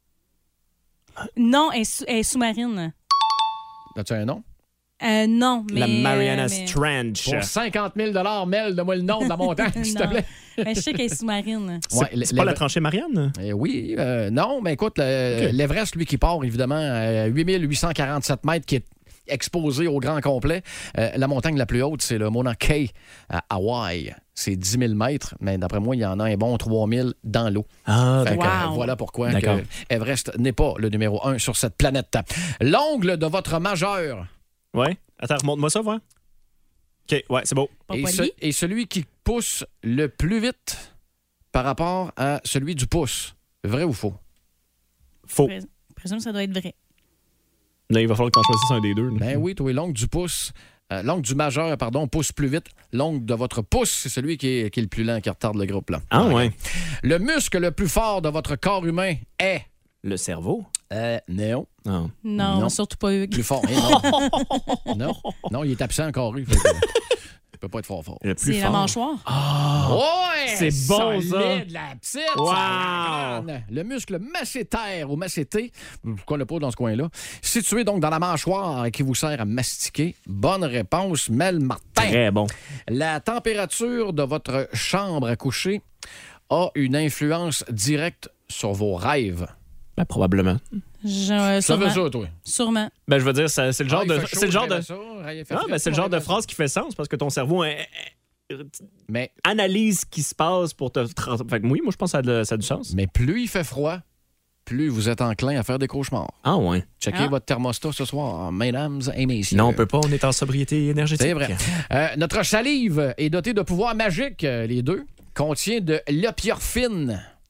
Non, elle est, sous- elle est sous-marine. As-tu un nom? Euh, non, mais... La Marianas mais... Trench. Pour cinquante mille Mel, donne-moi le nom de la montagne, s'il te plaît. Mais je sais qu'elle est sous-marine. C'est, ouais, c'est pas la tranchée Marianne? Euh, oui, euh, non, mais écoute, le, okay. l'Everest, lui, qui part, évidemment, à huit mille huit cent quarante-sept mètres, qui est exposé au grand complet. Euh, la montagne la plus haute, c'est le Mauna Kea, à Hawaï. C'est dix mille mètres, mais d'après moi, il y en a un bon trois mille dans l'eau. Ah, fait que, wow. euh, voilà pourquoi que Everest n'est pas le numéro un sur cette planète. L'ongle de votre majeur. Oui. Attends, remonte-moi ça, voir. OK, ouais, c'est beau. Et, ce, et celui qui pousse le plus vite par rapport à celui du pouce. Vrai ou faux? Faux. Je présume que ça doit être vrai. Là, il va falloir que tu en choisisses un des deux. Ben oui, toi, l'ongle du pouce. Euh, l'ongle du majeur, pardon, pousse plus vite. L'ongle de votre pouce, c'est celui qui est, qui est le plus lent, qui retarde le groupe. Là. Ah, ouais. Le muscle le plus fort de votre corps humain est... Le cerveau? Euh, non. Non. Non, non. Surtout pas Hugues. Plus fort, hein, non. non. Non, il est absent encore, lui. Il peut pas être fort fort. Le plus c'est fort. la mâchoire. Oh! Ouais! C'est bon, solide, ça! La petite! Wow! Le muscle masséter ou massété, je ne connais pas dans ce coin-là, situé donc dans la mâchoire et qui vous sert à mastiquer. Bonne réponse, Mel Martin. Très bon. La température de votre chambre à coucher a une influence directe sur vos rêves. Ben, probablement. Je, euh, ça veut ça, toi? Sûrement. Ben, je veux dire, c'est, c'est le genre ah, de... Chaud, c'est le genre de... Ça, non, ben, c'est le genre de phrase qui fait sens parce que ton cerveau hein, mais, analyse ce qui se passe pour te... Fait que oui, moi, je pense que ça a, de, ça a du sens. Mais plus il fait froid, plus vous êtes enclin à faire des cauchemars. Ah ouais. Checkez ah. votre thermostat ce soir, mesdames et messieurs. Non, on peut pas, on est en sobriété énergétique. C'est vrai. Euh, notre salive est dotée de pouvoirs magiques, les deux. Contient de l'opiorphine.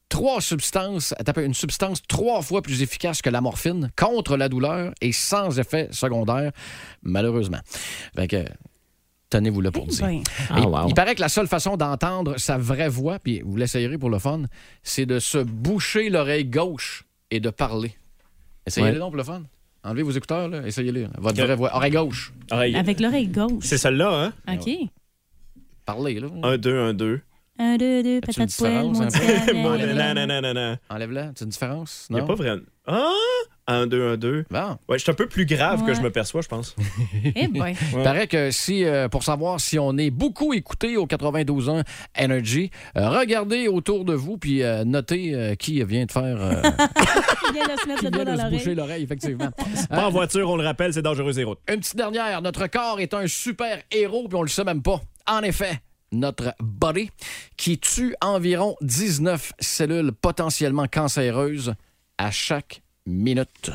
trois substances, attends, une substance trois fois plus efficace que la morphine contre la douleur et sans effet secondaire, malheureusement. Fait que, tenez-vous là pour dire. Ben. Ah, wow. Il paraît que la seule façon d'entendre sa vraie voix, puis vous l'essayerez pour le fun, c'est de se boucher l'oreille gauche et de parler. Essayez-le Ouais. donc pour le fun. Enlevez vos écouteurs, là. Essayez-le. Votre Que- vraie voix. Oreille gauche. Oreille. Avec l'oreille gauche. C'est celle-là, hein? OK. Parlez, là. Un, deux, un, deux. Un, deux, deux, As-tu une patate poêle, différence, mon un peu? diable. Non, non, non, non, non, non. Enlève-la. Tu as une différence? Il n'y a Non? pas vraiment. Ah! Un, deux, un, deux. Bon. Ouais, je suis un peu plus grave que Ouais. je me perçois, je pense. Eh boy. Il paraît que si, euh, pour savoir si on est beaucoup écouté au quatre-vingt-douze ans Energy, euh, regardez autour de vous puis euh, notez euh, qui vient de faire... euh, Il vient de se mettre qui le doigt vient de dans se boucher l'oreille. l'oreille, effectivement. Pas en voiture, on le rappelle, c'est dangereux zéro. Une petite dernière. Notre corps est un super héros, puis on le sait même pas. En effet, notre body, qui tue environ dix-neuf cellules potentiellement cancéreuses à chaque minute.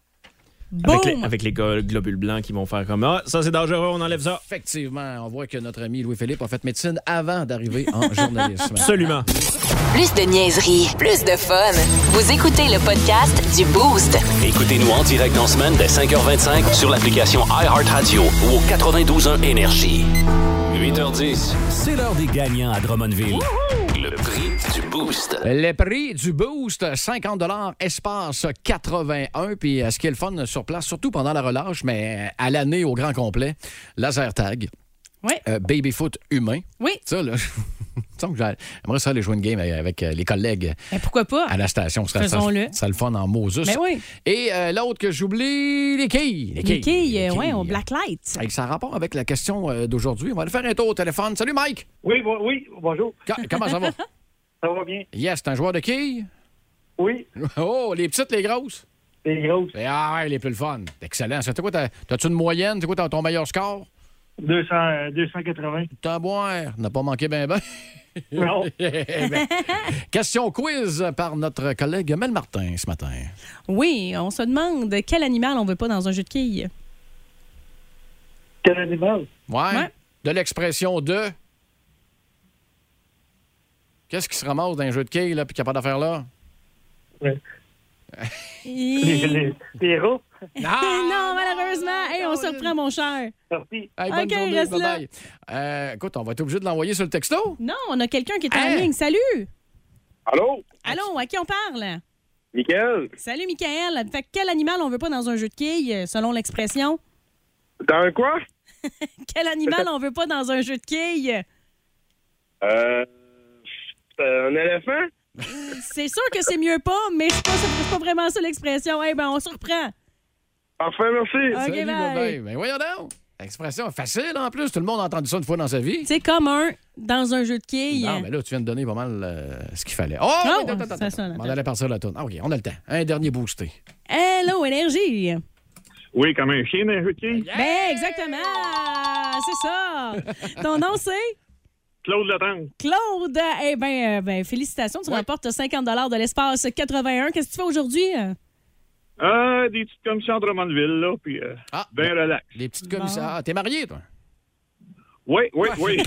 Avec les, Boum! avec les go- globules blancs qui vont faire comme Ah, ça c'est dangereux, on enlève ça. Effectivement, on voit que notre ami Louis-Philippe a fait médecine avant d'arriver en journalisme. Absolument. Plus de niaiserie, plus de fun. Vous écoutez le podcast du Boost. Écoutez-nous en direct en semaine dès cinq heures vingt-cinq sur l'application iHeartRadio ou au quatre-vingt-douze un Énergie. huit heures dix, c'est l'heure des gagnants à Drummondville. Le prix du Boost. Le prix du Boost, cinquante dollars espace quatre-vingt-un. Puis euh, ce qui est le fun sur place, surtout pendant la relâche, mais à l'année au grand complet, laser tag, Oui. euh, baby-foot humain. Oui. Ça, là, il me semble que j'ai- j'aimerais ça aller jouer une game avec euh, les collègues Ben, pourquoi pas? à la station. Ça Faisons-le. ça le fun en Moses. Ben oui. Et euh, l'autre que j'oublie, les quilles. Les Les quilles, Les euh, ouais, quilles. au Blacklight. Hey, ça a rapport avec la question euh, d'aujourd'hui. On va aller faire un tour au téléphone. Salut, Mike. Oui, bon- oui, bonjour. Co- Comment ça va? Ça va bien? Yes, t'es un joueur de quilles? Oui, Oh, les petites, les grosses? c'est grosse. Ah, ouais, les plus le fun. Excellent. C'est quoi, t'as- t'as-tu une moyenne? C'est quoi ton ton meilleur score? deux cents, euh, deux cent quatre-vingts. T'as à boire. N'a pas manqué ben ben. Non. Ben, question quiz par notre collègue Mel Martin ce matin. Oui, on se demande quel animal on veut pas dans un jeu de quilles. Quel animal? Ouais. Ouais. De l'expression de... Qu'est-ce qui se ramasse dans un jeu de quilles, là, puis qu'il n'y a pas d'affaire là? Ouais. Et- Les, les, les rats? non, malheureusement. Hey, on se reprend, mon cher. Merci. Hey, bonne OK, journée, reste là. bye-bye. Euh, écoute, on va être obligé de l'envoyer sur le texto. Non, on a quelqu'un qui est en Hein? ligne. Salut! Allô? Allô, à qui on parle? Michael? Salut, Michael. Fait que quel animal on veut pas dans un jeu de quilles, selon l'expression? Dans quoi? Quel animal on veut pas dans un jeu de quilles? Euh. Un éléphant? C'est sûr que c'est mieux pas, mais c'est pas, c'est pas vraiment ça l'expression. Eh ben, on se reprend. Parfait, merci. OK, Salut, bye. bye-bye. Ben voyons donc. L'expression est facile en plus. Tout le monde a entendu ça une fois dans sa vie. C'est comme un dans un jeu de quilles. Non, mais là, tu viens de donner pas mal euh, ce qu'il fallait. Oh, Non, oui, attends, attends, ça attends. sonne, On allait partir la tourne. Ah, OK, on a le temps. Un dernier boosté. Hello, Énergie. Oui, comme un chien d'un jeu de quilles. Ben, exactement. C'est ça. Ton nom, c'est? Claude Letendre. Claude. Eh bien, ben, félicitations. Tu Ouais. remportes cinquante dollars de l'espace quatre-vingt-un. Qu'est-ce que tu fais aujourd'hui? Ah, des petites commissions à Drummondville, là, puis euh, Ah, ben relax. les petites commissions. Ah, t'es marié, toi? Oui, oui, oui.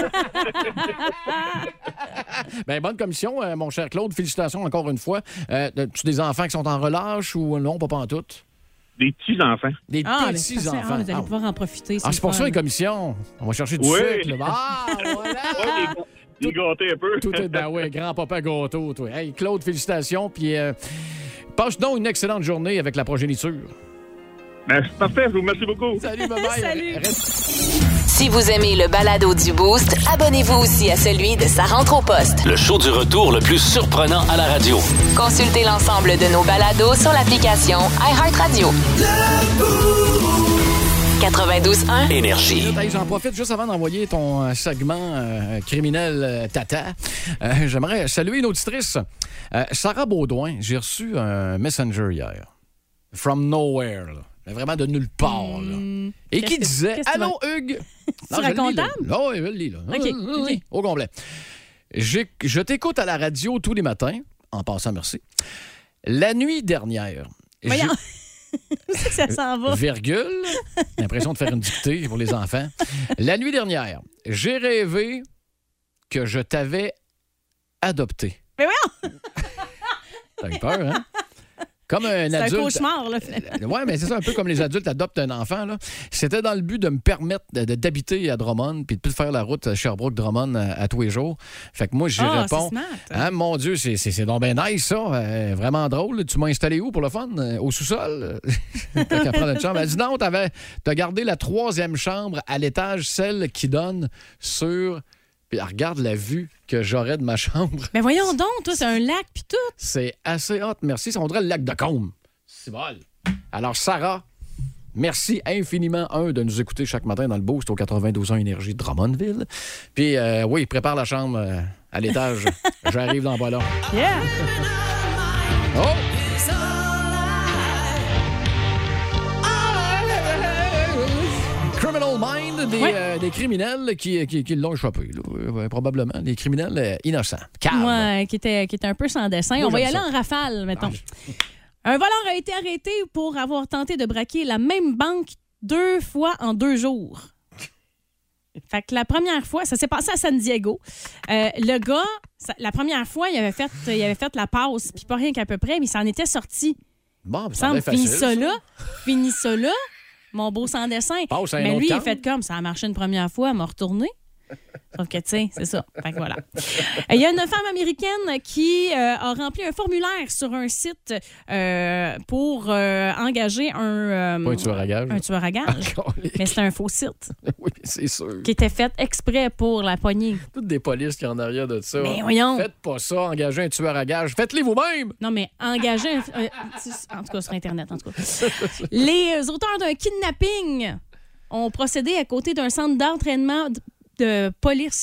Ben, bonne commission, euh, mon cher Claude. Félicitations encore une fois. Euh, tu des enfants qui sont en relâche ou non, pas en tout? Des petits-enfants. Des Ah, petits mais c'est enfants. parfait. Ah, vous allez Ah, pouvoir en profiter. ah, c'est pour le ça fun. les commissions. On va chercher du Oui. sucre. Là. Ah, voilà! Ouais, des, des gâtés un peu. Tout est ben ouais, grand-papa gâteau, toi. Hey, Claude, félicitations. Puis euh, passe donc une excellente journée avec la progéniture. Ben, c'est parfait, je vous remercie beaucoup. Salut, bye-bye. Salut. Reste- Si vous aimez le balado du Boost, abonnez-vous aussi à celui de Sa rentre au poste. Le show du retour le plus surprenant à la radio. Consultez l'ensemble de nos balados sur l'application iHeartRadio. quatre-vingt-douze un Énergie. Hey, j'en profite juste avant d'envoyer ton euh, segment euh, criminel euh, tata. Euh, J'aimerais saluer une auditrice. Euh, Sarah Baudouin, j'ai reçu un messenger hier. From nowhere, là. Mais vraiment de nulle part. Là. Hmm. Et Qu'est-ce qui que- disait qu'est-ce que tu Allô, Hugues? Tu Non, je le lis, racontes là. âme? Non, oui, je le lis, là. OK, Oui, oui, OK. au complet. J'ai- Je t'écoute à la radio tous les matins. En passant, merci. La nuit dernière. j'ai- Voyons. Où c'est que ça s'en va? Virgule. L'impression de faire une dictée pour les enfants. La nuit dernière, j'ai rêvé que je t'avais adopté. Mais oui! T'as eu peur, hein? Comme un C'est adulte. un cauchemar, là, finalement. Oui, mais c'est ça, un peu comme les adultes adoptent un enfant. Là. C'était dans le but de me permettre de- de- d'habiter à Drummond puis de plus faire la route Sherbrooke-Drummond à, à tous les jours. Fait que moi, j'y Ah, réponds. c'est smart. Hein, mon Dieu, c'est, c'est, c'est donc bien nice, ça. Euh, vraiment drôle. Tu m'as installé où pour le fun? Euh, au sous-sol? T'as qu'à prendre une chambre. Elle dit non, t'avais, t'as gardé la troisième chambre à l'étage, celle qui donne sur. Puis elle regarde la vue que j'aurais de ma chambre. Mais voyons donc, toi, c'est un lac puis tout. C'est assez hot, merci. Ça, on dirait le lac de Combe. C'est bon. Alors, Sarah, merci infiniment, un, de nous écouter chaque matin dans le Boost au quatre-vingt-douze ans Énergie de Drummondville. Puis, euh, oui, prépare la chambre euh, à l'étage. J'arrive dans pas long. Yeah! Oh! Criminal Mind, des, Ouais. euh, des criminels qui, qui, qui l'ont échappé. Là. Euh, probablement. Des criminels euh, innocents. Calme. Ouais, qui était, qui était un peu sans dessin. Moi, On va y j'aime aller ça. en rafale, mettons. Un voleur a été arrêté pour avoir tenté de braquer la même banque deux fois en deux jours. Fait que la première fois, ça s'est passé à San Diego. Euh, le gars, ça- la première fois, il avait fait, il avait fait la passe, puis pas rien qu'à peu près, mais il s'en était sorti. Bon, Il ça a me l'air semble, finis facile, ça ça. là, finis ça là, mon beau sans dessin. Passe à un Mais autre lui, il a camp. fait comme, ça a marché une première fois, elle m'a retourné. Sauf que, tu sais, c'est ça. Fait que voilà. Il y a une femme américaine qui euh, a rempli un formulaire sur un site euh, pour euh, engager un... euh, Pas un tueur à gage. Un tueur à gage. Mais c'est un faux site Oui, c'est sûr. qui était fait exprès pour la poignée. Toutes des polices qui en arrière de ça. Mais voyons. Faites pas ça, engagez un tueur à gage. Faites-les vous-même. Non, mais engager un... euh, en tout cas, sur Internet, en tout cas. Les auteurs d'un kidnapping ont procédé à côté d'un centre d'entraînement de, de police.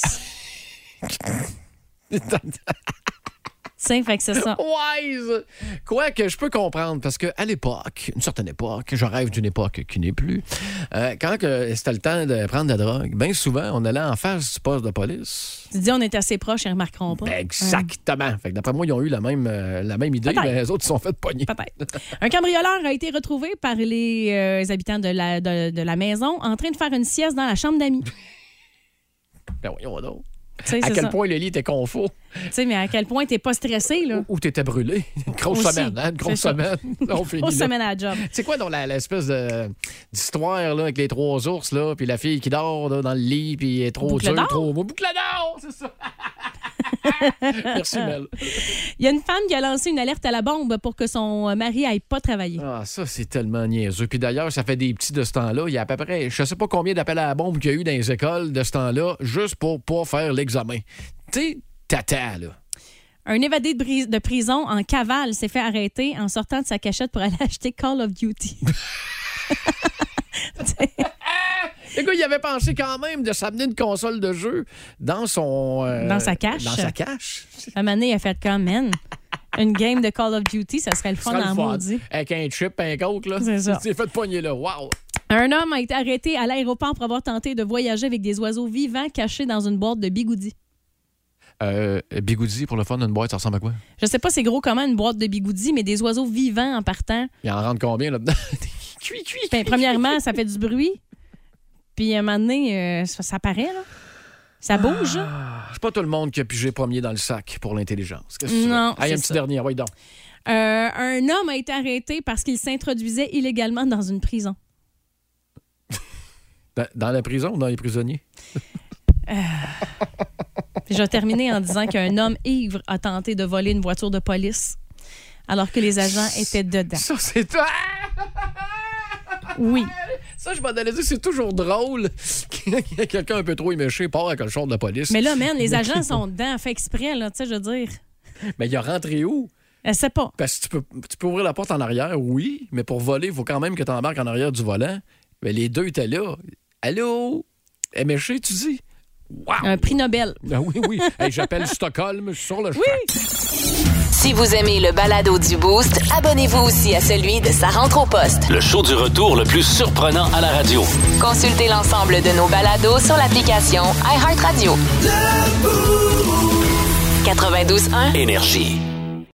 C'est fait que c'est ça. Wise! Quoique, je peux comprendre, parce qu'à l'époque, une certaine époque, je rêve d'une époque qui n'est plus, euh, quand que c'était le temps de prendre de la drogue, bien souvent, on allait en face du poste de police. Tu dis, on est assez proches, ils ne remarqueront pas. Ben, exactement. Fait que d'après moi, ils ont eu la même, euh, la même idée, Peut-être. mais les autres, ils sont fait pogner. Peut-être. Un cambrioleur a été retrouvé par les euh, habitants de la, de, de la maison en train de faire une sieste dans la chambre d'amis. Ben voyons donc. Tu sais, À c'est quel ça. point le lit était confort. Tu sais, mais à quel point t'es pas stressé, là. Ou t'étais brûlé. Une grosse Aussi, semaine, hein? Une grosse c'est ça. semaine. On finit Grosse là. semaine à la job. C'est quoi donc la- l'espèce de, d'histoire là, avec les trois ours, là, puis la fille qui dort là, dans le lit, puis elle est trop Boucle dure, d'or? trop... Boucle d'or, c'est ça. Merci, Mel. Il y a une femme qui a lancé une alerte à la bombe pour que son mari aille pas travailler. Ah, ça, c'est tellement niaiseux. Puis d'ailleurs, ça fait des petits de ce temps-là. Il y a à peu près, je sais pas combien d'appels à la bombe qu'il y a eu dans les écoles de ce temps-là, juste pour pas faire l'examen. Tu sais, tata, là. Un évadé de, bris- de prison en cavale s'est fait arrêter en sortant de sa cachette pour aller acheter Call of Duty. Le gars, il avait pensé quand même de s'amener une console de jeu dans son... euh, Dans sa cache. Dans sa cache. À un moment donné, il a fait comme, man, une game de Call of Duty, ça serait le Ce fun sera en le fun. maudit. Avec un chip, un coke, là. C'est ça. Il s'est fait pogner là. Wow! Un homme a été arrêté à l'aéroport pour avoir tenté de voyager avec des oiseaux vivants cachés dans une boîte de bigoudis. Euh, Bigoudi, pour le fun, une boîte, ça ressemble à quoi? Je sais pas c'est gros comment une boîte de bigoudis, mais des oiseaux vivants en partant. Il en rentre combien là-dedans? Cui, cui, Ben, premièrement, ça fait du bruit. Puis à un moment donné, euh, ça, ça paraît, là. Ça bouge. là. Ah, c'est pas tout le monde qui a pigé premier dans le sac pour l'intelligence. Qu'est-ce que tu veux? Non, Hey, un c'est petit ça. dernier, oui, donc. Euh, un homme a été arrêté parce qu'il s'introduisait illégalement dans une prison. Dans, dans la prison ou dans les prisonniers? Puis je vais terminer en disant qu'un homme ivre a tenté de voler une voiture de police alors que les agents étaient dedans. Ça, c'est toi! Oui. Ça, je m'en allais dire, c'est toujours drôle qu'il y a quelqu'un un peu trop éméché part avec le char de la police. Mais là, man, les agents sont dedans, fait exprès, là, tu sais, je veux dire. Mais il a rentré où? Je sais pas. Parce que tu peux, tu peux ouvrir la porte en arrière, oui, mais pour voler, il faut quand même que tu embarques en arrière du volant. Mais les deux étaient là. Allô? Éméché, tu dis? Wow! Un prix Nobel. Ah oui, oui. Hey, j'appelle Stockholm, je suis sur le champ. Oui! Si vous aimez le balado du Boost, abonnez-vous aussi à celui de Sa rentre au poste. Le show du retour le plus surprenant à la radio. Consultez l'ensemble de nos balados sur l'application iHeartRadio. quatre-vingt-douze un Énergie.